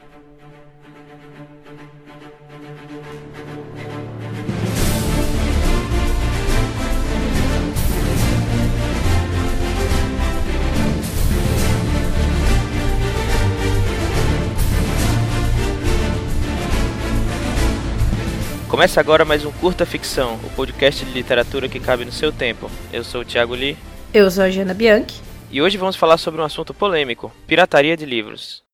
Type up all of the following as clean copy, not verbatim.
Começa agora mais um Curta Ficção, o podcast de literatura que cabe no seu tempo. Eu sou o Thiago Lee. Eu sou a Jana Bianchi. E hoje vamos falar sobre um assunto polêmico, pirataria de livros.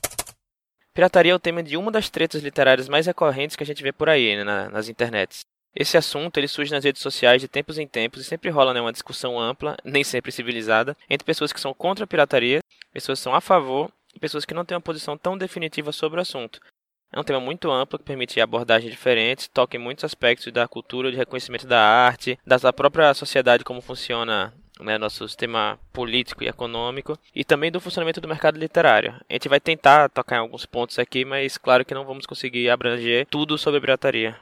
Pirataria é o tema de uma das tretas literárias mais recorrentes que a gente vê por aí, nas internets. Esse assunto ele surge nas redes sociais de tempos em tempos e sempre rola uma discussão ampla, nem sempre civilizada, entre pessoas que são contra a pirataria, pessoas que são a favor e pessoas que não têm uma posição tão definitiva sobre o assunto. É um tema muito amplo que permite abordagens diferentes, toca em muitos aspectos da cultura, de reconhecimento da arte, da própria sociedade, como funciona nosso sistema político e econômico, e também do funcionamento do mercado literário. A gente vai tentar tocar em alguns pontos aqui, mas claro que não vamos conseguir abranger tudo sobre a pirataria.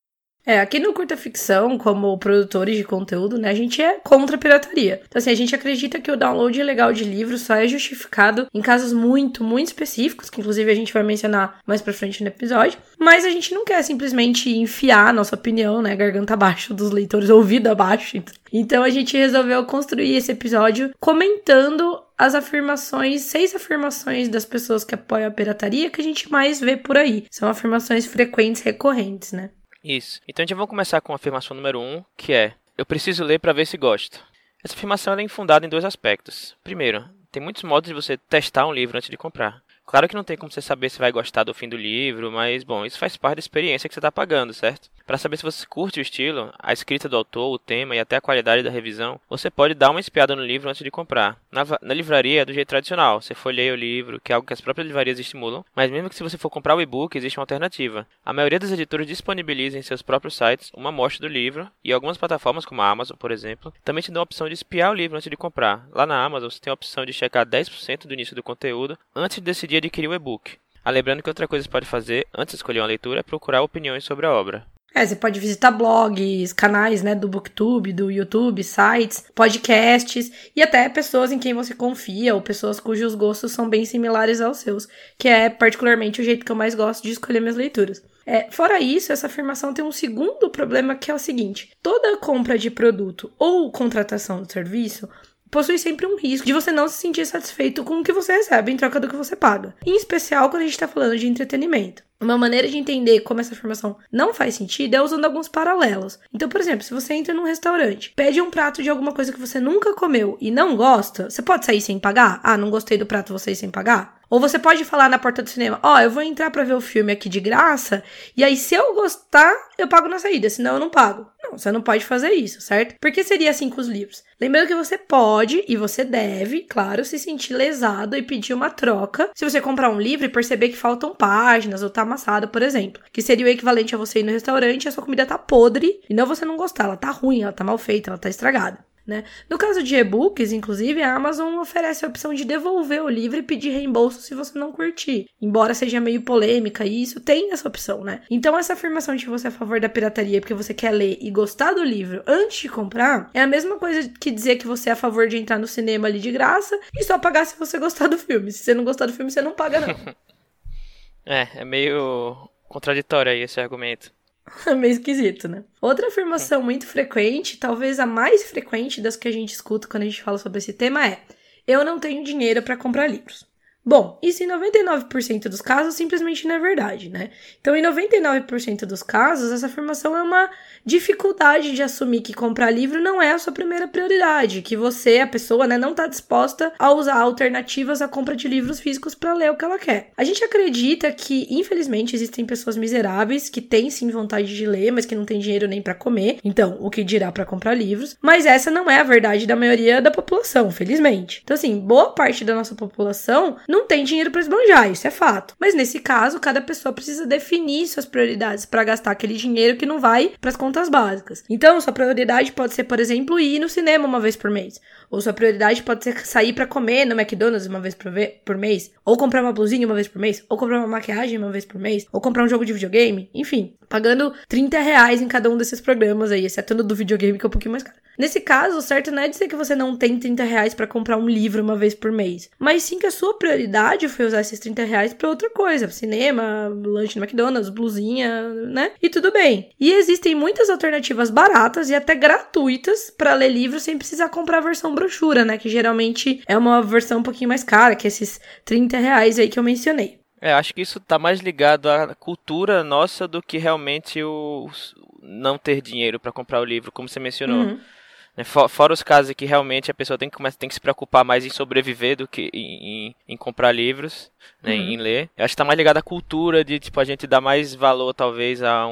Aqui no Curta Ficção, como produtores de conteúdo, a gente é contra a pirataria. Então, assim, a gente acredita que o download ilegal de livros só é justificado em casos muito, muito específicos, que inclusive a gente vai mencionar mais pra frente no episódio, mas a gente não quer simplesmente enfiar a nossa opinião, garganta abaixo dos leitores, ouvido abaixo. Então, a gente resolveu construir esse episódio comentando as afirmações, 6 afirmações das pessoas que apoiam a pirataria que a gente mais vê por aí. São afirmações frequentes, recorrentes, Isso. Então a gente vai começar com a afirmação número 1, que é: eu preciso ler para ver se gosto. Essa afirmação é infundada em 2 aspectos. Primeiro, tem muitos modos de você testar um livro antes de comprar. Claro que não tem como você saber se vai gostar do fim do livro, mas, bom, isso faz parte da experiência que você está pagando, certo? Para saber se você curte o estilo, a escrita do autor, o tema e até a qualidade da revisão, você pode dar uma espiada no livro antes de comprar. Na livraria é do jeito tradicional, você folheia o livro, que é algo que as próprias livrarias estimulam, mas mesmo que se você for comprar o e-book, existe uma alternativa. A maioria das editoras disponibiliza em seus próprios sites uma amostra do livro, e algumas plataformas, como a Amazon, por exemplo, também te dão a opção de espiar o livro antes de comprar. Lá na Amazon, você tem a opção de checar 10% do início do conteúdo antes de decidir adquirir o e-book. Lembrando que outra coisa que você pode fazer antes de escolher uma leitura é procurar opiniões sobre a obra. Você pode visitar blogs, canais, do BookTube, do YouTube, sites, podcasts e até pessoas em quem você confia ou pessoas cujos gostos são bem similares aos seus, que é particularmente o jeito que eu mais gosto de escolher minhas leituras. Fora isso, essa afirmação tem um segundo problema, que é o seguinte: toda compra de produto ou contratação de serviço possui sempre um risco de você não se sentir satisfeito com o que você recebe em troca do que você paga. Em especial quando a gente está falando de entretenimento. Uma maneira de entender como essa afirmação não faz sentido é usando alguns paralelos. Então, por exemplo, se você entra num restaurante, pede um prato de alguma coisa que você nunca comeu e não gosta, você pode sair sem pagar? Não gostei do prato, vou sair sem pagar? Ou você pode falar na porta do cinema: eu vou entrar pra ver o filme aqui de graça, e aí se eu gostar, eu pago na saída, senão eu não pago. Não, você não pode fazer isso, certo? Por que seria assim com os livros? Lembrando que você pode, e você deve, claro, se sentir lesado e pedir uma troca se você comprar um livro e perceber que faltam páginas ou tá amassada, por exemplo. Que seria o equivalente a você ir no restaurante e a sua comida tá podre, e não você não gostar, ela tá ruim, ela tá mal feita, ela tá estragada. No caso de e-books, inclusive, a Amazon oferece a opção de devolver o livro e pedir reembolso se você não curtir. Embora seja meio polêmica isso, tem essa opção, Então essa afirmação de que você é a favor da pirataria porque você quer ler e gostar do livro antes de comprar é a mesma coisa que dizer que você é a favor de entrar no cinema ali de graça e só pagar se você gostar do filme. Se você não gostar do filme, você não paga não. É meio contraditório aí esse argumento. É meio esquisito, Outra afirmação muito frequente, talvez a mais frequente das que a gente escuta quando a gente fala sobre esse tema é: eu não tenho dinheiro para comprar livros. Bom, isso em 99% dos casos simplesmente não é verdade, Então, em 99% dos casos, essa afirmação é uma dificuldade de assumir que comprar livro não é a sua primeira prioridade, que você, a pessoa, não está disposta a usar alternativas à compra de livros físicos para ler o que ela quer. A gente acredita que, infelizmente, existem pessoas miseráveis que têm sim vontade de ler, mas que não têm dinheiro nem para comer, então, o que dirá para comprar livros? Mas essa não é a verdade da maioria da população, felizmente. Então, assim, boa parte da nossa população não tem dinheiro para esbanjar, isso é fato. Mas nesse caso, cada pessoa precisa definir suas prioridades para gastar aquele dinheiro que não vai para as contas básicas. Então, sua prioridade pode ser, por exemplo, ir no cinema uma vez por mês. Ou sua prioridade pode ser sair para comer no McDonald's uma vez por mês. Ou comprar uma blusinha uma vez por mês. Ou comprar uma maquiagem uma vez por mês. Ou comprar um jogo de videogame. Enfim, pagando R$30 em cada um desses programas aí, exceto no do videogame, que é um pouquinho mais caro. Nesse caso, o certo não é dizer que você não tem 30 reais pra comprar um livro uma vez por mês, mas sim que a sua prioridade foi usar esses 30 reais pra outra coisa, cinema, lanche no McDonald's, blusinha, né? E tudo bem. E existem muitas alternativas baratas e até gratuitas pra ler livro sem precisar comprar a versão brochura, né? Que geralmente é uma versão um pouquinho mais cara, que é esses 30 reais aí que eu mencionei. Acho que isso tá mais ligado à cultura nossa do que realmente o não ter dinheiro para comprar o livro, como você mencionou. Fora os casos em que realmente a pessoa tem que se preocupar mais em sobreviver do que em comprar livros, né, em ler. Eu acho que tá mais ligado à cultura de, tipo, a gente dar mais valor, talvez, a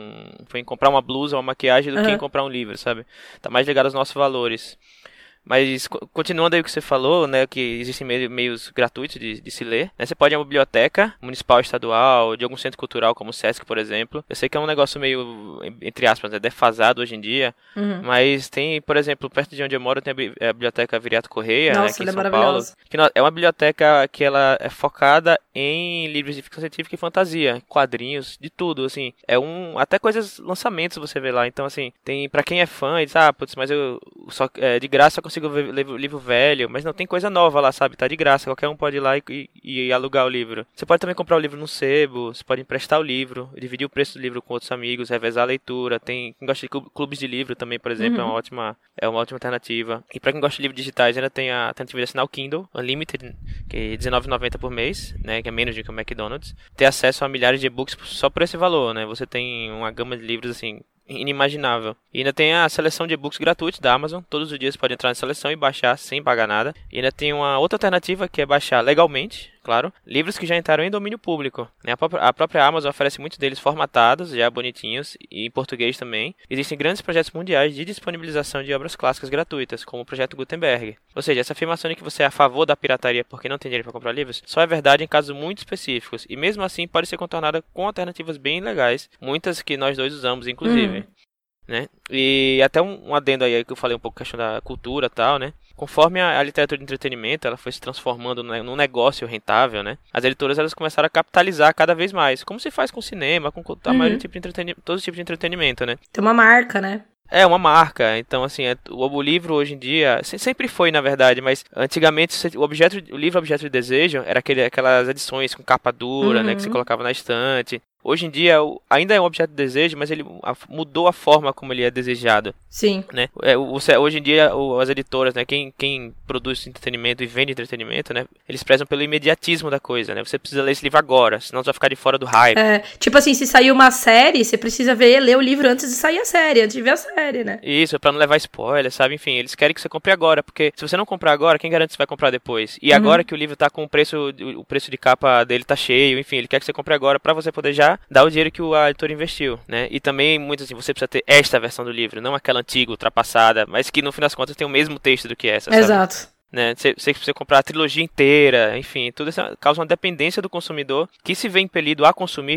em comprar uma blusa ou uma maquiagem do que em comprar um livro, sabe? Tá mais ligado aos nossos valores. Mas, continuando aí o que você falou, né, que existem meios gratuitos de se ler, né, você pode ir a uma biblioteca municipal, estadual, de algum centro cultural, como o Sesc, por exemplo. Eu sei que é um negócio meio, entre aspas, né, defasado hoje em dia, mas tem, por exemplo, perto de onde eu moro, tem a Biblioteca Viriato Correia, né, aqui em São Paulo, que é uma biblioteca que ela é focada em livros de ficção científica e fantasia, quadrinhos, de tudo, assim. Até coisas, lançamentos você vê lá. Então, assim, tem, pra quem é fã e diz, putz, mas eu só, de graça eu consigo ver livro velho, mas não tem coisa nova lá, sabe? Tá de graça, qualquer um pode ir lá e alugar o livro. Você pode também comprar o livro no sebo, você pode emprestar o livro, dividir o preço do livro com outros amigos, revezar a leitura. Tem quem gosta de clubes de livro também, por exemplo, é uma ótima alternativa. E pra quem gosta de livros digitais, ainda tem a alternativa de assinar o Kindle Unlimited, que é R$19,90 por mês, né? Que é menos do que o McDonald's. Ter acesso a milhares de e-books só por esse valor, né? Você tem uma gama de livros, assim, inimaginável. E ainda tem a seleção de e-books gratuitos da Amazon. Todos os dias você pode entrar na seleção e baixar sem pagar nada. E ainda tem uma outra alternativa que é baixar legalmente, claro, livros que já entraram em domínio público, né? A própria Amazon oferece muitos deles formatados, já bonitinhos, e em português também. Existem grandes projetos mundiais de disponibilização de obras clássicas gratuitas, como o Projeto Gutenberg. Ou seja, essa afirmação de que você é a favor da pirataria porque não tem dinheiro para comprar livros, só é verdade em casos muito específicos, e mesmo assim pode ser contornada com alternativas bem legais, muitas que nós dois usamos, inclusive. Né? E até um adendo aí que eu falei um pouco questão da cultura e tal, né? Conforme a literatura de entretenimento ela foi se transformando num negócio rentável, né? As editoras elas começaram a capitalizar cada vez mais, como se faz com o cinema, com a maioria tipo de entretenimento, todos os tipos de entretenimento, né? Tem uma marca, né? É uma marca, então assim, o livro hoje em dia, sempre foi na verdade, mas antigamente o livro objeto de desejo era aquelas edições com capa dura, né, que você colocava na estante. Hoje em dia ainda é um objeto de desejo, mas ele mudou a forma como ele é desejado. Sim. Né? Hoje em dia as editoras, né, quem produz entretenimento e vende entretenimento, né, eles prezam pelo imediatismo da coisa, né? Você precisa ler esse livro agora, senão você vai ficar de fora do hype. Tipo assim, se sair uma série, você precisa ler o livro antes de sair a série, antes de ver a série, né? Isso, pra não levar spoiler, sabe? Enfim, eles querem que você compre agora, porque se você não comprar agora, quem garante que você vai comprar depois? E agora que o livro tá com o preço de capa dele tá cheio, enfim, ele quer que você compre agora pra você poder já dar o dinheiro que a editora investiu, né? E também, muito assim, você precisa ter esta versão do livro, não aquela antiga, ultrapassada, mas que no fim das contas tem o mesmo texto do que essa, sabe? Exato. Né? Você precisa comprar a trilogia inteira, enfim, tudo isso causa uma dependência do consumidor que se vê impelido a consumir,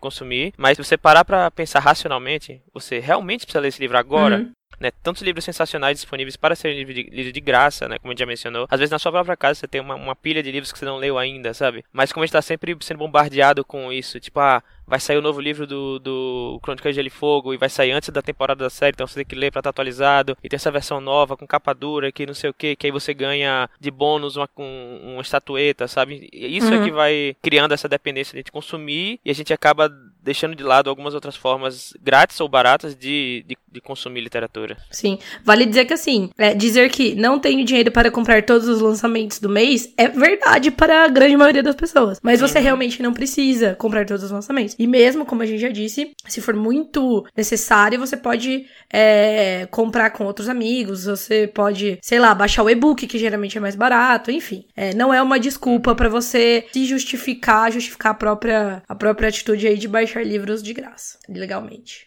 mas se você parar pra pensar racionalmente, você realmente precisa ler esse livro agora? Né, tantos livros sensacionais disponíveis para serem lidos de graça, né, como a gente já mencionou. Às vezes na sua própria casa você tem uma pilha de livros que você não leu ainda, sabe? Mas como a gente tá sempre sendo bombardeado com isso, tipo, vai sair o novo livro do Crônicas de Gelo e Fogo e vai sair antes da temporada da série, então você tem que ler pra estar atualizado. E tem essa versão nova com capa dura, que não sei o que aí você ganha de bônus uma estatueta, sabe? E isso é que vai criando essa dependência de consumir e a gente acaba deixando de lado algumas outras formas grátis ou baratas de consumir literatura. Sim, vale dizer que assim, dizer que não tenho dinheiro para comprar todos os lançamentos do mês é verdade para a grande maioria das pessoas, mas você realmente não precisa comprar todos os lançamentos. E mesmo, como a gente já disse, se for muito necessário, você pode comprar com outros amigos, você pode, sei lá, baixar o e-book, que geralmente é mais barato, enfim. Não é uma desculpa para você se justificar a própria atitude aí de baixar livros de graça, legalmente.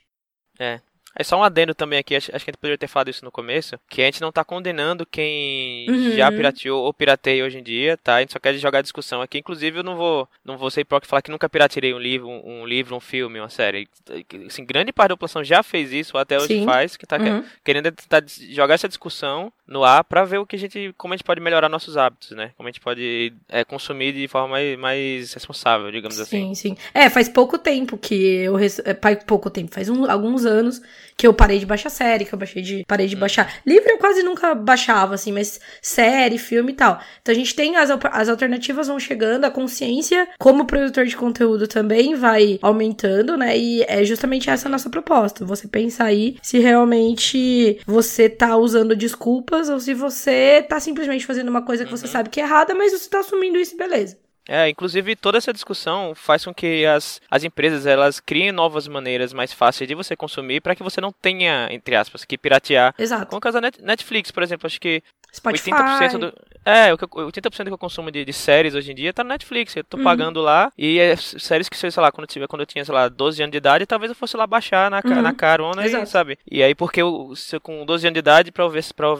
É só um adendo também aqui, acho que a gente poderia ter falado isso no começo, que a gente não tá condenando quem já pirateou ou pirateia hoje em dia, tá? A gente só quer jogar a discussão aqui. Inclusive, eu não vou ser hipócrita e falar que nunca pirateei um livro, um filme, uma série. Assim, grande parte da população já fez isso, ou até hoje faz, que tá querendo tentar jogar essa discussão no ar pra ver como a gente pode melhorar nossos hábitos, né? Como a gente pode consumir de forma mais responsável, digamos assim. Sim. Faz pouco tempo que faz alguns anos que eu parei de baixar série, que eu parei de baixar. Livro eu quase nunca baixava, assim, mas série, filme e tal. Então a gente tem as alternativas vão chegando, a consciência como produtor de conteúdo também vai aumentando, né? E é justamente essa a nossa proposta. Você pensar aí se realmente você tá usando desculpas ou se você tá simplesmente fazendo uma coisa que você sabe que é errada, mas você tá assumindo isso e beleza. Inclusive toda essa discussão faz com que as empresas elas criem novas maneiras mais fáceis de você consumir para que você não tenha, entre aspas, que piratear. Exato. Como o caso da Netflix, por exemplo, acho que Spotify. 80% do que eu consumo de séries hoje em dia tá no Netflix. Eu tô pagando lá e séries que, sei lá, quando eu tinha, sei lá, 12 anos de idade, talvez eu fosse lá baixar na carona, e, sabe? E aí, porque se eu com 12 anos de idade, pra eu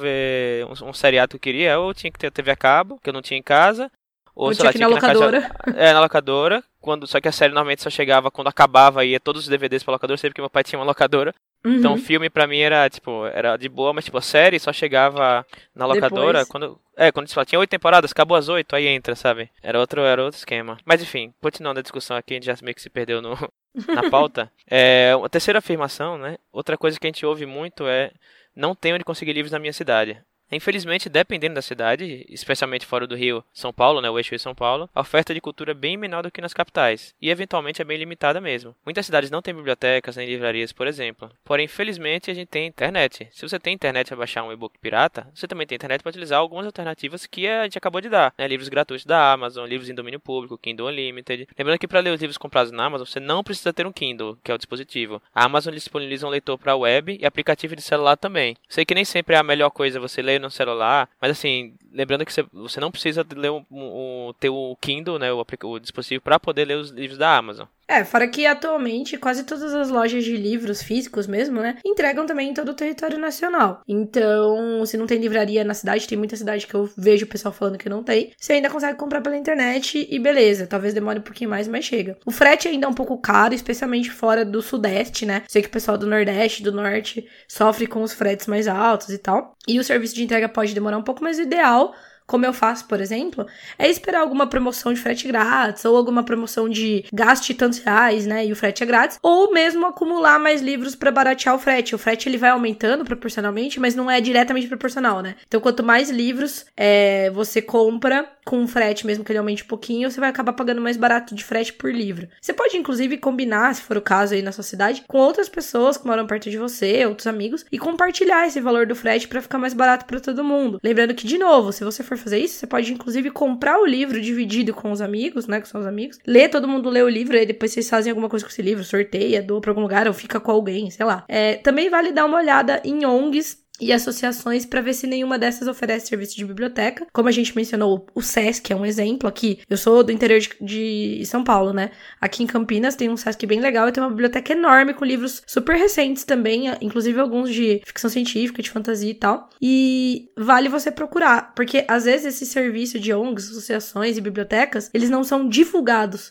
ver um seriado que eu queria, eu tinha que ter TV a cabo, que eu não tinha em casa. Ou, sei lá, tinha que ir na locadora. Na locadora. Só que a série normalmente só chegava quando acabava e ia todos os DVDs pra locadora, sempre que meu pai tinha uma locadora. Então o filme pra mim era de boa, mas a série só chegava na locadora quando tinha 8 temporadas, acabou as 8, aí entra, sabe? Era outro esquema. Mas enfim, continuando a discussão aqui, a gente já meio que se perdeu na pauta. A terceira afirmação, né? Outra coisa que a gente ouve muito é: não tenho onde conseguir livros na minha cidade. Infelizmente, dependendo da cidade, especialmente fora do Rio, São Paulo, né, o eixo Rio São Paulo, a oferta de cultura é bem menor do que nas capitais, e eventualmente é bem limitada mesmo. Muitas cidades não têm bibliotecas nem livrarias, por exemplo. Porém, infelizmente, a gente tem internet. Se você tem internet para baixar um e-book pirata, você também tem internet para utilizar algumas alternativas que a gente acabou de dar, né? Livros gratuitos da Amazon, livros em domínio público, Kindle Unlimited. Lembrando que para ler os livros comprados na Amazon, você não precisa ter um Kindle, que é o dispositivo. A Amazon disponibiliza um leitor para web e aplicativo de celular também. Sei que nem sempre é a melhor coisa você ler no celular, mas assim, lembrando que você não precisa ler ter o Kindle, né, o dispositivo, para poder ler os livros da Amazon. Fora que atualmente quase todas as lojas de livros físicos mesmo, né, entregam também em todo o território nacional. Então, se não tem livraria na cidade, tem muita cidade que eu vejo o pessoal falando que não tem, você ainda consegue comprar pela internet e beleza, talvez demore um pouquinho mais, mas chega. O frete ainda é um pouco caro, especialmente fora do sudeste, né, sei que o pessoal do nordeste, do norte, sofre com os fretes mais altos e tal, e o serviço de entrega pode demorar um pouco, mas o ideal, como eu faço, por exemplo, é esperar alguma promoção de frete grátis, ou alguma promoção de gaste tantos reais, né, e o frete é grátis, ou mesmo acumular mais livros pra baratear o frete. O frete, ele vai aumentando proporcionalmente, mas não é diretamente proporcional, né? Então, quanto mais livros você compra com o frete, mesmo que ele aumente um pouquinho, você vai acabar pagando mais barato de frete por livro. Você pode, inclusive, combinar, se for o caso aí na sua cidade, com outras pessoas que moram perto de você, outros amigos, e compartilhar esse valor do frete pra ficar mais barato pra todo mundo. Lembrando que, de novo, se você for fazer isso, você pode, inclusive, comprar o livro dividido com os amigos, né, com seus amigos, todo mundo lê o livro, e depois vocês fazem alguma coisa com esse livro, sorteia, doa pra algum lugar, ou fica com alguém, sei lá. Também vale dar uma olhada em ONGs e associações para ver se nenhuma dessas oferece serviço de biblioteca. Como a gente mencionou, o Sesc é um exemplo aqui. Eu sou do interior de São Paulo, né? Aqui em Campinas tem um Sesc bem legal e tem uma biblioteca enorme com livros super recentes também, inclusive alguns de ficção científica, de fantasia e tal. E vale você procurar, porque às vezes esse serviço de ONGs, associações e bibliotecas, eles não são divulgados.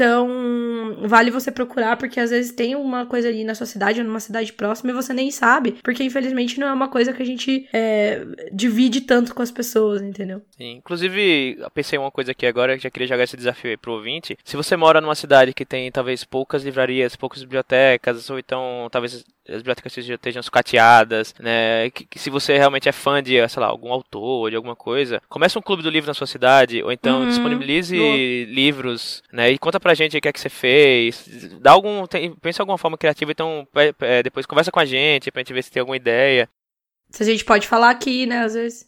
Então, vale você procurar, porque às vezes tem uma coisa ali na sua cidade ou numa cidade próxima e você nem sabe, porque infelizmente não é uma coisa que a gente divide tanto com as pessoas, entendeu? Sim, inclusive, eu pensei em uma coisa aqui agora, já queria jogar esse desafio aí pro ouvinte. Se você mora numa cidade que tem, talvez, poucas livrarias, poucas bibliotecas, ou então, talvez, as bibliotecas estejam sucateadas, né? Que se você realmente é fã de, sei lá, algum autor, de alguma coisa, comece um clube do livro na sua cidade, ou então disponibilize livros, né? E conta pra gente aí o que é que você fez. Pensa em alguma forma criativa, então depois conversa com a gente pra gente ver se tem alguma ideia. Se a gente pode falar aqui, né, às vezes.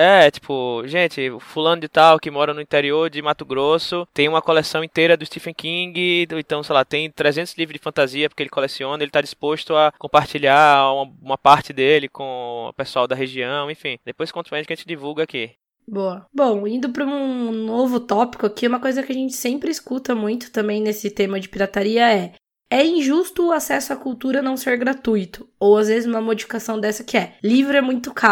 Gente, fulano de tal que mora no interior de Mato Grosso tem uma coleção inteira do Stephen King, então, sei lá, tem 300 livros de fantasia porque ele coleciona, ele tá disposto a compartilhar uma parte dele com o pessoal da região, enfim. Depois conta pra gente que a gente divulga aqui. Boa. Bom, indo para um novo tópico aqui, uma coisa que a gente sempre escuta muito também nesse tema de pirataria é injusto o acesso à cultura não ser gratuito? Ou às vezes uma modificação dessa que livro é muito caro.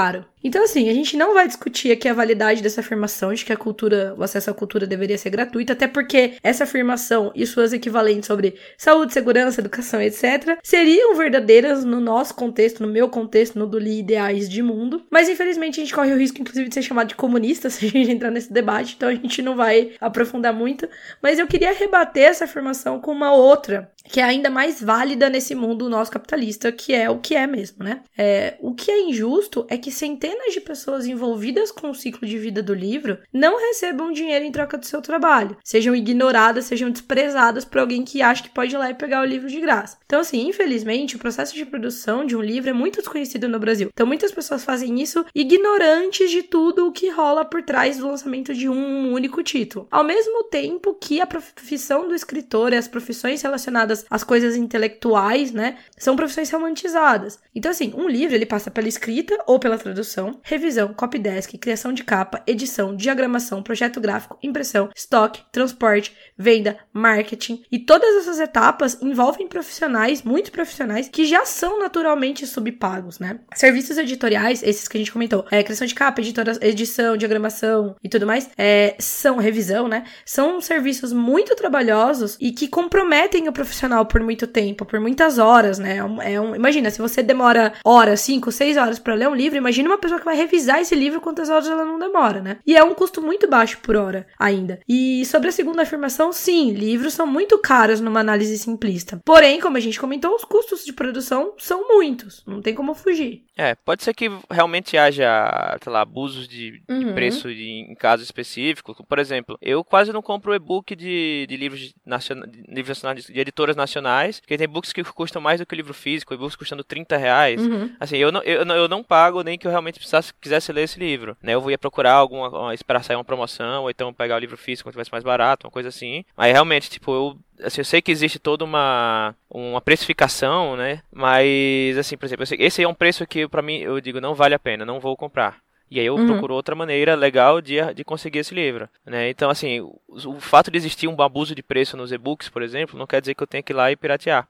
Então, assim, a gente não vai discutir aqui a validade dessa afirmação de que o acesso à cultura deveria ser gratuito, até porque essa afirmação e suas equivalentes sobre saúde, segurança, educação, etc., seriam verdadeiras no nosso contexto, no meu contexto, no do Li Ideais de Mundo. Mas, infelizmente, a gente corre o risco, inclusive, de ser chamado de comunista se a gente entrar nesse debate, então a gente não vai aprofundar muito. Mas eu queria rebater essa afirmação com uma outra, que é ainda mais válida nesse mundo nosso capitalista, que é o que é mesmo, né? O que é injusto é que centenas de pessoas envolvidas com o ciclo de vida do livro não recebam dinheiro em troca do seu trabalho, sejam ignoradas, sejam desprezadas por alguém que acha que pode ir lá e pegar o livro de graça. Então, assim, infelizmente, o processo de produção de um livro é muito desconhecido no Brasil. Então, muitas pessoas fazem isso ignorantes de tudo o que rola por trás do lançamento de um único título. Ao mesmo tempo que a profissão do escritor e as profissões relacionadas às coisas intelectuais, né, são profissões romantizadas. Então, assim, um livro, ele passa pela escrita ou pela tradução, revisão, copydesk, criação de capa, edição, diagramação, projeto gráfico, impressão, estoque, transporte, venda, marketing. E todas essas etapas envolvem profissionais, muitos profissionais, que já são naturalmente subpagos, né? Serviços editoriais, esses que a gente comentou, criação de capa, edição, diagramação e tudo mais, são revisão, né? São serviços muito trabalhosos e que comprometem o profissional por muito tempo, por muitas horas, né? Imagina, se você demora horas, 5, 6 horas pra ler um livro, imagina uma pessoa que vai revisar esse livro, quantas horas ela não demora, né? E é um custo muito baixo por hora ainda. E sobre a segunda afirmação, sim, livros são muito caros numa análise simplista. Porém, como a gente comentou, os custos de produção são muitos, não tem como fugir. Pode ser que realmente haja, sei lá, abusos de preço em casos específicos. Por exemplo, eu quase não compro e-book de livros nacionais, de editoras nacionais, porque tem e-books que custam mais do que o livro físico, e-books custando R$30. Assim, eu não pago nem que eu realmente quisesse ler esse livro, né? Eu ia procurar esperar sair uma promoção, ou então pegar o livro físico quando tivesse mais barato, uma coisa assim. Aí realmente, tipo, eu sei que existe toda uma precificação, né? Mas, assim, por exemplo, esse é um preço que, pra mim, eu digo, não vale a pena, não vou comprar. E aí eu procuro outra maneira legal de conseguir esse livro, né? Então, assim, o fato de existir um abuso de preço nos e-books, por exemplo, não quer dizer que eu tenha que ir lá e piratear.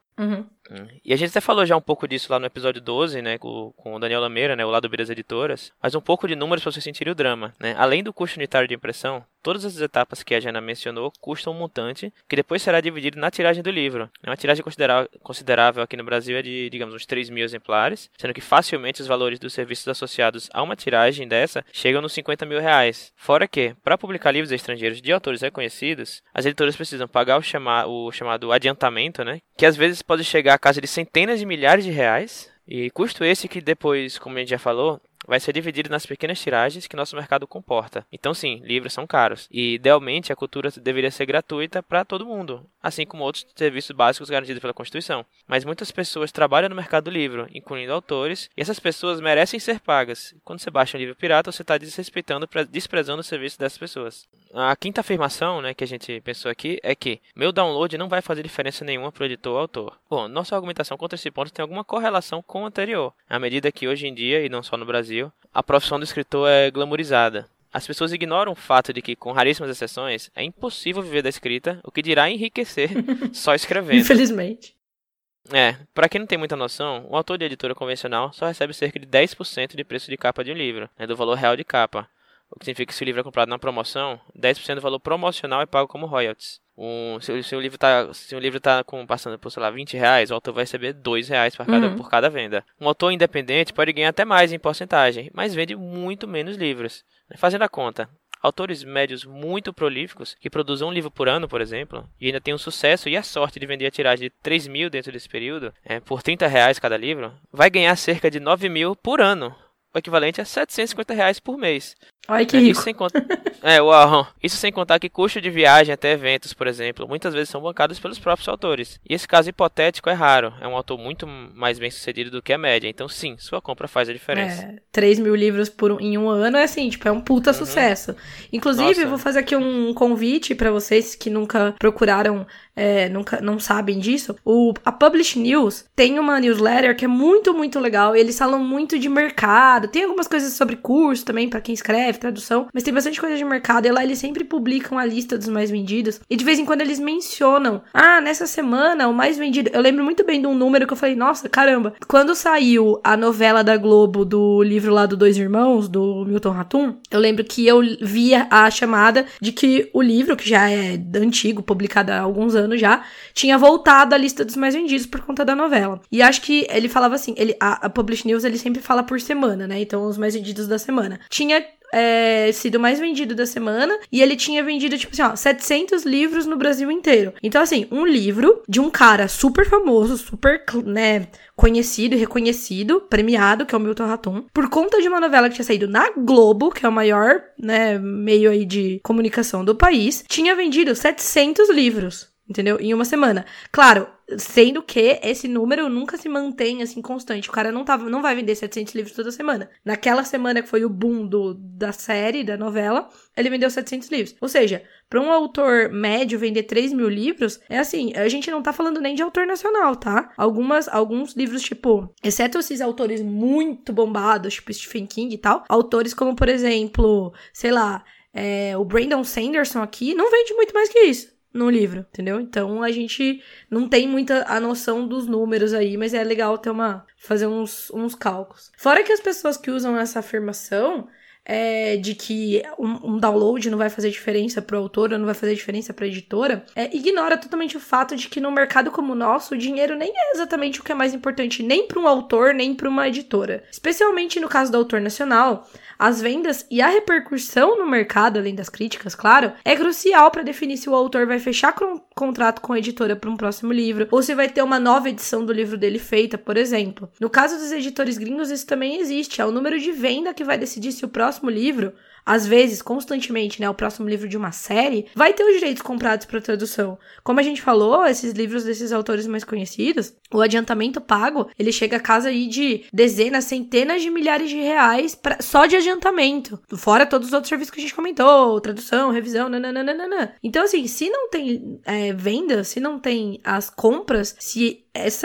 E a gente até falou já um pouco disso lá no episódio 12, né, com o Daniel Lameira, né, o Lado B das Editoras, mas um pouco de números para você sentir o drama, né? Além do custo unitário de impressão, todas as etapas que a Jana mencionou custam um montante que depois será dividido na tiragem do livro. Uma tiragem considerável aqui no Brasil é de, digamos, uns 3.000 exemplares, sendo que facilmente os valores dos serviços associados a uma tiragem dessa chegam nos R$50 mil. Fora que, para publicar livros estrangeiros de autores reconhecidos, as editoras precisam pagar o chamado adiantamento, né, que às vezes pode chegar a casa de centenas de milhares de reais, e custo esse que depois, como a gente já falou, vai ser dividido nas pequenas tiragens que nosso mercado comporta. Então sim, livros são caros. E idealmente a cultura deveria ser gratuita para todo mundo, assim como outros serviços básicos garantidos pela Constituição. Mas muitas pessoas trabalham no mercado do livro, incluindo autores, e essas pessoas merecem ser pagas. Quando você baixa um livro pirata, você está desprezando o serviço dessas pessoas. A quinta afirmação, né, que a gente pensou aqui é que meu download não vai fazer diferença nenhuma para o editor ou autor. Bom, nossa argumentação contra esse ponto tem alguma correlação com o anterior, à medida que hoje em dia, e não só no Brasil, a profissão do escritor é glamourizada. As pessoas ignoram o fato de que, com raríssimas exceções, é impossível viver da escrita, o que dirá enriquecer só escrevendo. Infelizmente. Para quem não tem muita noção, o autor de editora convencional só recebe cerca de 10% de preço de capa de um livro, né, do valor real de capa. O que significa que se o livro é comprado na promoção, 10% do valor promocional é pago como royalties. Se o livro está passando por, sei lá, R$20, o autor vai receber R$2 por cada venda. Um autor independente pode ganhar até mais em porcentagem, mas vende muito menos livros. Fazendo a conta, autores médios muito prolíficos, que produzam um livro por ano, por exemplo, e ainda tem o sucesso e a sorte de vender a tiragem de 3.000 dentro desse período, por R$30 cada livro, vai ganhar cerca de 9.000 por ano, o equivalente a R$750 por mês. Olha que rico. Isso sem contar que custo de viagem até eventos, por exemplo, muitas vezes são bancados pelos próprios autores. E esse caso hipotético é raro. É um autor muito mais bem sucedido do que a média. Então sim, sua compra faz a diferença. 3.000 livros em um ano é assim, tipo, é um puta sucesso. Inclusive, eu vou fazer aqui um convite pra vocês que nunca procuraram, não sabem disso. A Publish News tem uma newsletter que é muito, muito legal. Eles falam muito de mercado. Tem algumas coisas sobre curso também pra quem escreve. PDF, tradução, mas tem bastante coisa de mercado, e lá eles sempre publicam a lista dos mais vendidos, e de vez em quando eles mencionam, nessa semana o mais vendido, eu lembro muito bem de um número que eu falei, nossa, caramba, quando saiu a novela da Globo do livro lá do Dois Irmãos, do Milton Ratum, eu lembro que eu via a chamada de que o livro, que já é antigo, publicado há alguns anos já, tinha voltado à lista dos mais vendidos por conta da novela. E acho que ele falava assim, a Publish News, ele sempre fala por semana, né? Então, os mais vendidos da semana. Tinha sido o mais vendido da semana, e ele tinha vendido, tipo assim, 700 livros no Brasil inteiro. Então, assim, um livro de um cara super famoso, super, né, conhecido e reconhecido, premiado, que é o Milton Ratum, por conta de uma novela que tinha saído na Globo, que é o maior, né, meio aí de comunicação do país, tinha vendido 700 livros, entendeu? Em uma semana. Claro, sendo que esse número nunca se mantém, assim, constante. O cara não vai vender 700 livros toda semana. Naquela semana que foi o boom da série, da novela, ele vendeu 700 livros. Ou seja, para um autor médio vender 3 mil livros, é assim, a gente não tá falando nem de autor nacional, tá? Alguns livros, tipo, exceto esses autores muito bombados, tipo Stephen King e tal, autores como, por exemplo, sei lá, o Brandon Sanderson aqui, não vende muito mais que isso no livro, entendeu? Então, a gente não tem muita a noção dos números aí, mas é legal fazer uns cálculos. Fora que as pessoas que usam essa afirmação de que um download não vai fazer diferença pro autor, ou não vai fazer diferença pra editora, ignora totalmente o fato de que no mercado como o nosso, o dinheiro nem é exatamente o que é mais importante, nem para um autor, nem para uma editora. Especialmente no caso do autor nacional, as vendas e a repercussão no mercado, além das críticas, claro, é crucial para definir se o autor vai fechar contrato com a editora para um próximo livro, ou se vai ter uma nova edição do livro dele feita, por exemplo. No caso dos editores gringos, isso também existe. É o número de venda que vai decidir se o próximo livro, às vezes, constantemente, né, o próximo livro de uma série, vai ter os direitos comprados para tradução. Como a gente falou, esses livros desses autores mais conhecidos, o adiantamento pago, ele chega a casa aí de dezenas, centenas de milhares de reais só de adiantamento. Fora todos os outros serviços que a gente comentou, tradução, revisão, nananana. Então, assim, se não tem venda, se não tem as compras, se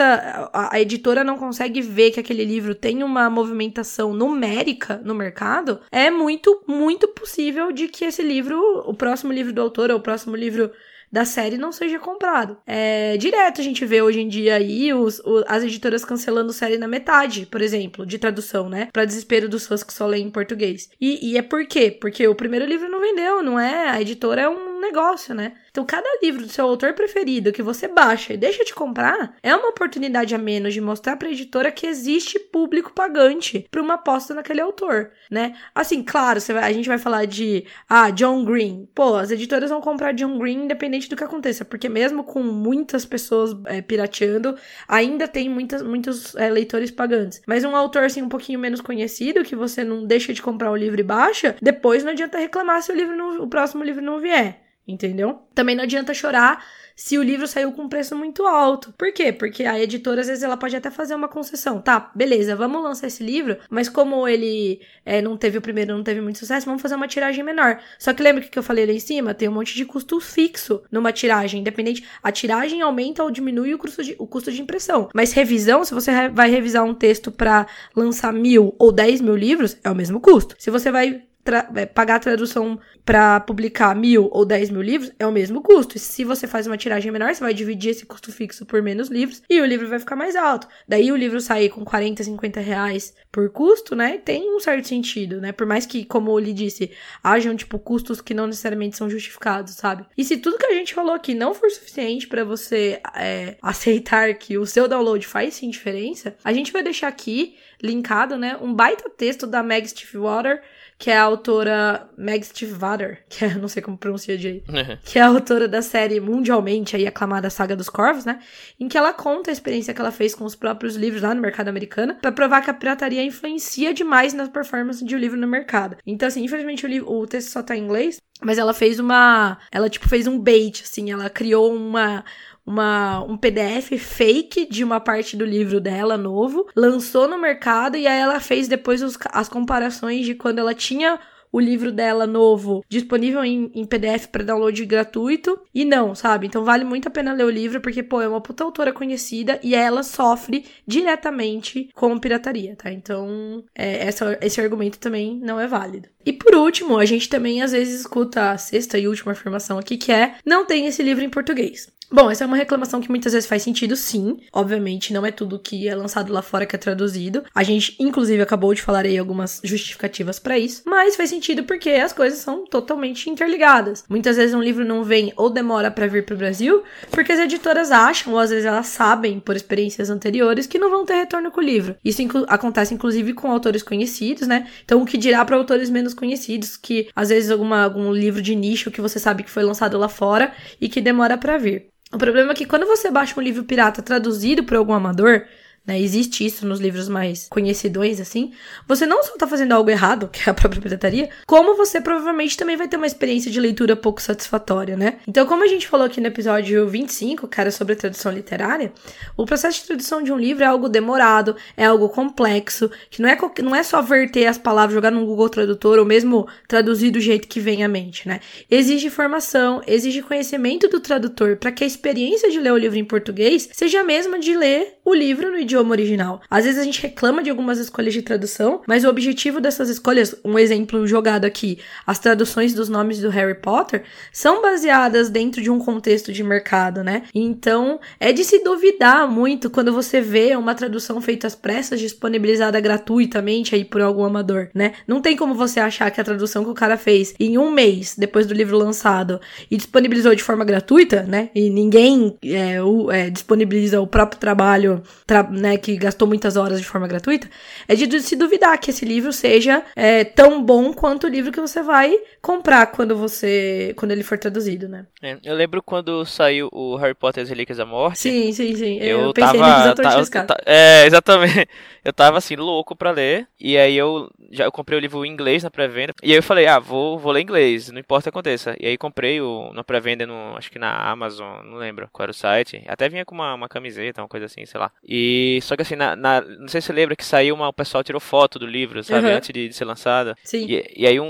a editora não consegue ver que aquele livro tem uma movimentação numérica no mercado, é muito, muito possível de que esse livro, o próximo livro do autor, ou o próximo livro da série, não seja comprado. Direto a gente vê hoje em dia aí as editoras cancelando série na metade, por exemplo, de tradução, né? Pra desespero dos fãs que só leem em português. E é por quê? Porque o primeiro livro não vendeu, não é? A editora é um negócio, né? Então, cada livro do seu autor preferido que você baixa e deixa de comprar é uma oportunidade a menos de mostrar pra editora que existe público pagante pra uma aposta naquele autor, né? Assim, claro, a gente vai falar de John Green. Pô, as editoras vão comprar John Green independente do que aconteça, porque mesmo com muitas pessoas pirateando, ainda tem muitos leitores pagantes. Mas um autor, assim, um pouquinho menos conhecido, que você não deixa de comprar o livro e baixa, depois não adianta reclamar se o próximo livro não vier. Entendeu? Também não adianta chorar se o livro saiu com um preço muito alto. Por quê? Porque a editora, às vezes, ela pode até fazer uma concessão. Tá, beleza, vamos lançar esse livro, mas como ele não teve muito sucesso, vamos fazer uma tiragem menor. Só que lembra que eu falei lá em cima? Tem um monte de custo fixo numa tiragem, independente. A tiragem aumenta ou diminui o custo de impressão. Mas revisão, se você vai revisar um texto para lançar 1.000 ou 10.000 livros, é o mesmo custo. Se você vai pagar a tradução para publicar 1.000 ou 10.000 livros, é o mesmo custo. E se você faz uma tiragem menor, você vai dividir esse custo fixo por menos livros e o livro vai ficar mais alto. Daí o livro sair com 40, 50 reais por custo, né? Tem um certo sentido, né? Por mais que, como eu lhe disse, hajam, tipo, custos que não necessariamente são justificados, sabe? E se tudo que a gente falou aqui não for suficiente para você aceitar que o seu download faz sim diferença, a gente vai deixar aqui linkado, né? Um baita texto da Meg Stiefvater, que é a autora Meg Stiefvater, que não sei como pronuncia direito, que é a autora da série mundialmente aí aclamada Saga dos Corvos, né? Em que ela conta a experiência que ela fez com os próprios livros lá no mercado americano pra provar que a pirataria influencia demais na performance de um livro no mercado. Então, assim, infelizmente o texto só tá em inglês, mas ela fez fez um bait, assim, ela criou um PDF fake de uma parte do livro dela, novo, lançou no mercado e aí ela fez depois as comparações de quando ela tinha o livro dela novo disponível em PDF para download gratuito e não, sabe? Então vale muito a pena ler o livro porque, pô, é uma puta autora conhecida e ela sofre diretamente com pirataria, tá? Então esse argumento também não é válido. E por último, a gente também às vezes escuta a sexta e última afirmação aqui, que é: não tem esse livro em português. Bom, essa é uma reclamação que muitas vezes faz sentido, sim. Obviamente, não é tudo que é lançado lá fora que é traduzido. A gente, inclusive, acabou de falar aí algumas justificativas pra isso. Mas faz sentido porque as coisas são totalmente interligadas. Muitas vezes um livro não vem ou demora pra vir pro Brasil porque as editoras acham, ou às vezes elas sabem, por experiências anteriores, que não vão ter retorno com o livro. Isso acontece, inclusive, com autores conhecidos, né? Então, o que dirá pra autores menos conhecidos, que às vezes algum livro de nicho que você sabe que foi lançado lá fora e que demora pra vir. O problema é que quando você baixa um livro pirata traduzido por algum amador, né, existe isso nos livros mais conhecidões, assim, você não só tá fazendo algo errado, que é a própria pirataria, como você provavelmente também vai ter uma experiência de leitura pouco satisfatória, né? Então, como a gente falou aqui no episódio 25, cara, sobre a tradução literária, o processo de tradução de um livro é algo demorado, é algo complexo, que não é só verter as palavras, jogar no Google Tradutor, ou mesmo traduzir do jeito que vem à mente, né? Exige formação, exige conhecimento do tradutor, para que a experiência de ler o livro em português seja a mesma de ler o livro no idioma original. Às vezes a gente reclama de algumas escolhas de tradução, mas o objetivo dessas escolhas, um exemplo jogado aqui, as traduções dos nomes do Harry Potter, são baseadas dentro de um contexto de mercado, né? Então, é de se duvidar muito quando você vê uma tradução feita às pressas, disponibilizada gratuitamente aí por algum amador, né? Não tem como você achar que a tradução que o cara fez em um mês, depois do livro lançado, e disponibilizou de forma gratuita, né? E ninguém disponibiliza o próprio trabalho, né, que gastou muitas horas de forma gratuita, é de se duvidar que esse livro seja tão bom quanto o livro que você vai comprar quando ele for traduzido, né? Eu lembro quando saiu o Harry Potter e as Relíquias da Morte. Sim. Eu pensei no episódio X-Cara. Exatamente. Eu tava assim, louco pra ler. E aí eu comprei o livro em inglês na pré-venda. E aí eu falei, vou ler em inglês, não importa o que aconteça. E aí comprei na pré-venda, acho que na Amazon, não lembro qual era o site. Até vinha com uma camiseta, uma coisa assim, sei lá. E só que assim, não sei se você lembra que saiu o pessoal tirou foto do livro, sabe? Uhum. Antes de ser lançado. Sim. E aí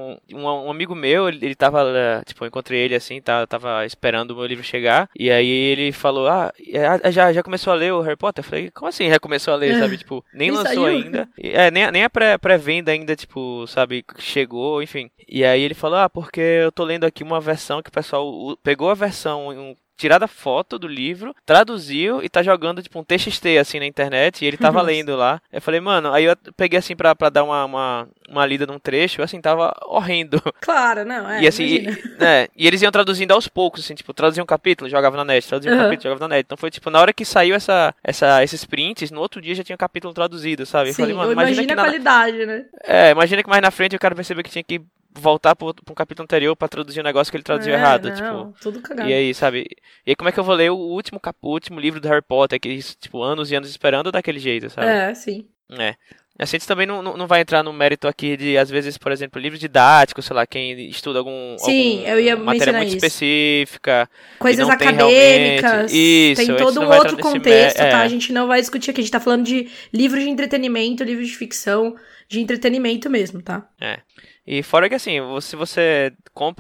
um amigo meu, ele tava, tipo, eu encontrei ele assim, tava esperando o meu livro chegar. E aí ele falou, já começou a ler o Harry Potter? Eu falei, como assim já começou a ler, sabe? Tipo, nem lançou saiu ainda. Nem a pré-venda ainda, tipo, sabe, chegou, enfim. E aí ele falou, porque eu tô lendo aqui uma versão que o pessoal pegou a versão tirada foto do livro, traduziu e tá jogando, tipo, um TXT, assim, na internet, e ele tava lendo lá. Eu falei, mano, aí eu peguei, assim, pra dar uma lida num trecho, assim, tava horrendo. Claro, não, e assim, e eles iam traduzindo aos poucos, assim, tipo, traduzia um capítulo, jogava na net, traduzia um capítulo, jogava na net. Então foi, tipo, na hora que saiu esses prints, no outro dia já tinha um capítulo traduzido, sabe? Sim, eu falei, mano, imagina a qualidade, né? Imagina que mais na frente o cara percebeu que tinha que voltar pra um capítulo anterior pra traduzir um negócio que ele traduziu errado, tipo. Tudo cagado. E aí, sabe? E aí como é que eu vou ler o último livro do Harry Potter, que, tipo, anos e anos esperando daquele jeito, sabe? Sim. A gente também não vai entrar no mérito aqui de, às vezes, por exemplo, livro didático, sei lá, quem estuda eu ia matéria muito isso. específica. Coisas acadêmicas. Isso, tem todo um outro contexto, tá? A gente não vai discutir aqui. A gente tá falando de livros de entretenimento, livros de ficção, de entretenimento mesmo, tá? E fora que assim, se você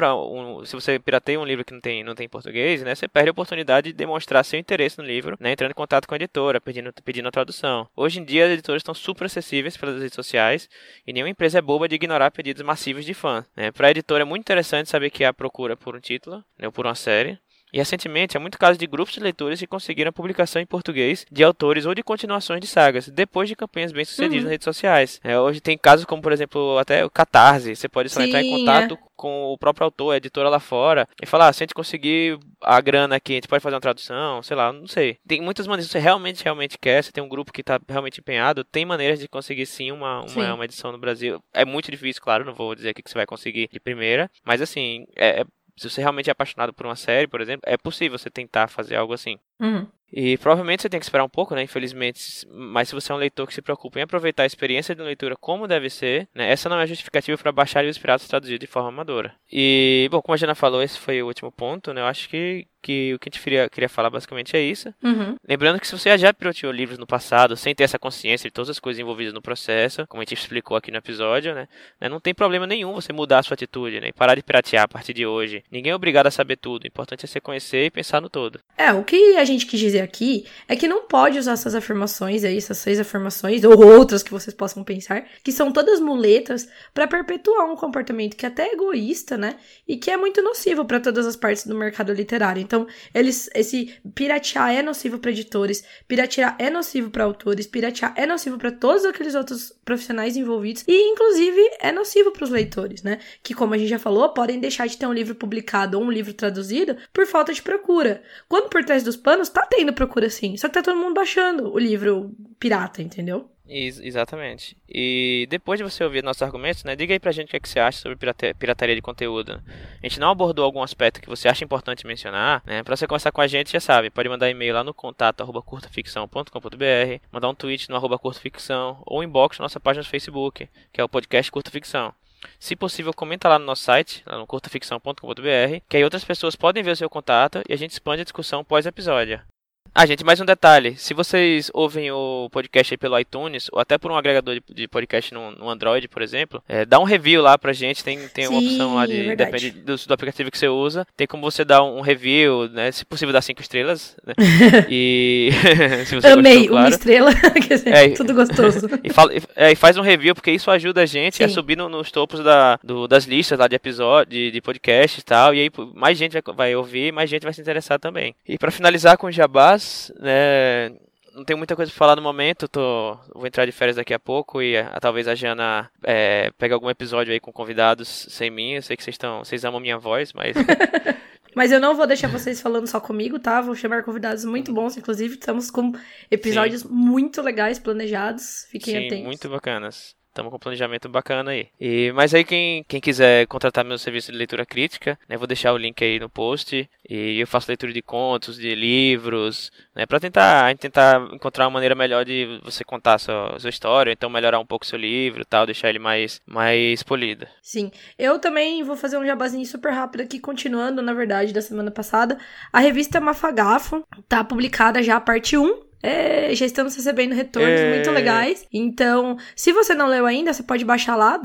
se você pirateia um livro que não tem em português, né, você perde a oportunidade de demonstrar seu interesse no livro, né, entrando em contato com a editora, pedindo a tradução. Hoje em dia, as editoras estão super acessíveis pelas redes sociais e nenhuma empresa é boba de ignorar pedidos massivos de fãs, né. Para a editora é muito interessante saber que há procura por um título, né, ou por uma série. E recentemente, há muito caso de grupos de leitores que conseguiram a publicação em português de autores ou de continuações de sagas, depois de campanhas bem-sucedidas nas redes sociais. Hoje tem casos como, por exemplo, até o Catarse. Você pode só entrar em contato com o próprio autor, a editora lá fora, e falar, se a gente conseguir a grana aqui, a gente pode fazer uma tradução, sei lá, não sei. Tem muitas maneiras, se você realmente quer, se tem um grupo que está realmente empenhado, tem maneiras de conseguir sim uma edição no Brasil. É muito difícil, claro, não vou dizer aqui que você vai conseguir de primeira, mas assim, se você realmente é apaixonado por uma série, por exemplo, é possível você tentar fazer algo assim. E provavelmente você tem que esperar um pouco, né, infelizmente, mas se você é um leitor que se preocupa em aproveitar a experiência de leitura como deve ser, né, essa não é justificativa para baixar livros piratas traduzidos de forma amadora. E, bom, como a Jana falou, esse foi o último ponto, né, eu acho que que o que a gente queria falar basicamente é isso. Uhum. Lembrando que se você já pirateou livros no passado, sem ter essa consciência de todas as coisas envolvidas no processo, como a gente explicou aqui no episódio, né, não tem problema nenhum você mudar a sua atitude, né, e parar de piratear a partir de hoje. Ninguém é obrigado a saber tudo, o importante é você conhecer e pensar no todo. O que a gente quis dizer aqui é que não pode usar essas afirmações aí, essas 6 afirmações, ou outras que vocês possam pensar, que são todas muletas para perpetuar um comportamento que até é egoísta, né, e que é muito nocivo para todas as partes do mercado literário. Então, esse piratear é nocivo para editores, piratear é nocivo para autores, piratear é nocivo para todos aqueles outros profissionais envolvidos e, inclusive, é nocivo para os leitores, né? Que, como a gente já falou, podem deixar de ter um livro publicado ou um livro traduzido por falta de procura. Quando por trás dos panos, tá tendo procura sim, só que tá todo mundo baixando o livro pirata, entendeu? Exatamente. E depois de você ouvir nossos argumentos, né, diga aí pra gente o que é que você acha sobre pirataria de conteúdo. A gente não abordou algum aspecto que você acha importante mencionar, né? Pra você conversar com a gente, já sabe, pode mandar e-mail lá no contato@curtaficção.com.br, mandar um tweet no @curtaficção ou inbox na nossa página do Facebook, que é o podcast Curta Ficção. Se possível, comenta lá no nosso site, lá no curtaficção.com.br, que aí outras pessoas podem ver o seu contato e a gente expande a discussão pós-episódio. Gente, mais um detalhe. Se vocês ouvem o podcast aí pelo iTunes, ou até por um agregador de podcast no Android, por exemplo, dá um review lá pra gente. Tem uma opção lá, depende do aplicativo que você usa. Tem como você dar um review, né? Se possível, dar 5 estrelas. Né? E se você amei, gostou, claro. 1 estrela. Quer dizer, tudo gostoso. E faz um review, porque isso ajuda a gente a subir nos topos das listas lá de episódio, de podcast e tal. E aí mais gente vai ouvir, mais gente vai se interessar também. E pra finalizar com o jabás, né, não tenho muita coisa pra falar no momento, vou entrar de férias daqui a pouco e talvez a Jana pegue algum episódio aí com convidados sem mim. Eu sei que vocês amam minha voz, mas... Mas eu não vou deixar vocês falando só comigo, tá? Vou chamar convidados muito bons, inclusive estamos com episódios muito legais planejados, fiquem atentos. Sim, muito bacanas. Estamos com um planejamento bacana aí. Mas aí quem quiser contratar meu serviço de leitura crítica, né, vou deixar o link aí no post. E eu faço leitura de contos, de livros, né, para tentar encontrar uma maneira melhor de você contar a sua história, então melhorar um pouco o seu livro e tal, deixar ele mais polido. Sim, eu também vou fazer um jabazinho super rápido aqui, continuando, na verdade, da semana passada. A revista Mafagafo tá publicada já a parte 1. Já estamos recebendo retornos muito legais. Então, se você não leu ainda, você pode baixar lá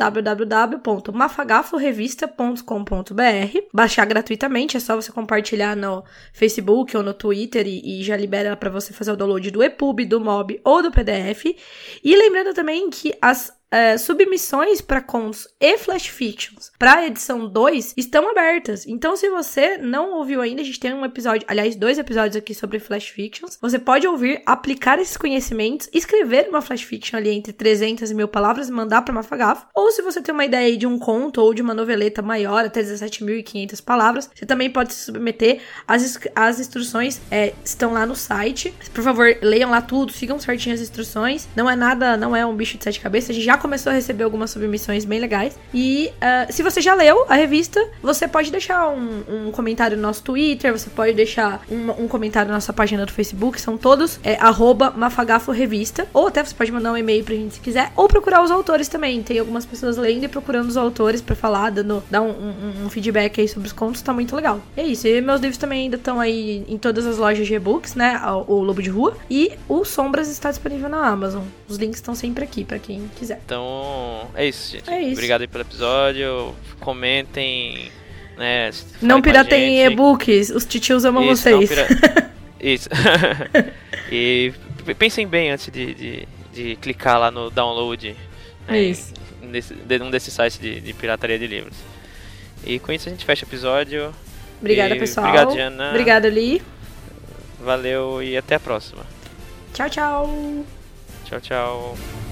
www.mafagaforevista.com.br, baixar gratuitamente, é só você compartilhar no Facebook ou no Twitter e já libera para você fazer o download do EPUB, do MOB ou do PDF. E lembrando também que as submissões para contos e flash fictions para a edição 2 estão abertas. Então, se você não ouviu ainda, a gente tem um episódio, aliás, 2 episódios aqui sobre flash fictions. Você pode ouvir, aplicar esses conhecimentos, escrever uma flash fiction ali entre 300 e 1000 palavras e mandar para Mafagafo. Ou se você tem uma ideia aí de um conto ou de uma noveleta maior, até 17.500 palavras, você também pode se submeter. As instruções estão lá no site. Por favor, leiam lá tudo, sigam certinho as instruções. Não é um bicho de 7 cabeças. A gente já começou a receber algumas submissões bem legais. E se você já leu a revista, você pode deixar um comentário no nosso Twitter, você pode deixar um comentário na nossa página do Facebook, são todos @mafagaforevista, ou até você pode mandar um e-mail pra gente se quiser, ou procurar os autores também. Tem algumas pessoas lendo e procurando os autores pra falar, dar um feedback aí sobre os contos, tá muito legal. É isso, e meus livros também ainda estão aí em todas as lojas de e-books, né, o Lobo de Rua, e o Sombras está disponível na Amazon. Os links estão sempre aqui pra quem quiser. Então, é isso, gente. É isso. Obrigado aí pelo episódio. Comentem, né? Não pirateiem e-books. Os titios amam vocês. Isso. E pensem bem antes de clicar lá no download. É isso. Num desses sites de pirataria de livros. E com isso a gente fecha o episódio. Obrigada, pessoal. Obrigado, Jana. Obrigada, Li. Valeu e até a próxima. Tchau, tchau. Tchau, tchau.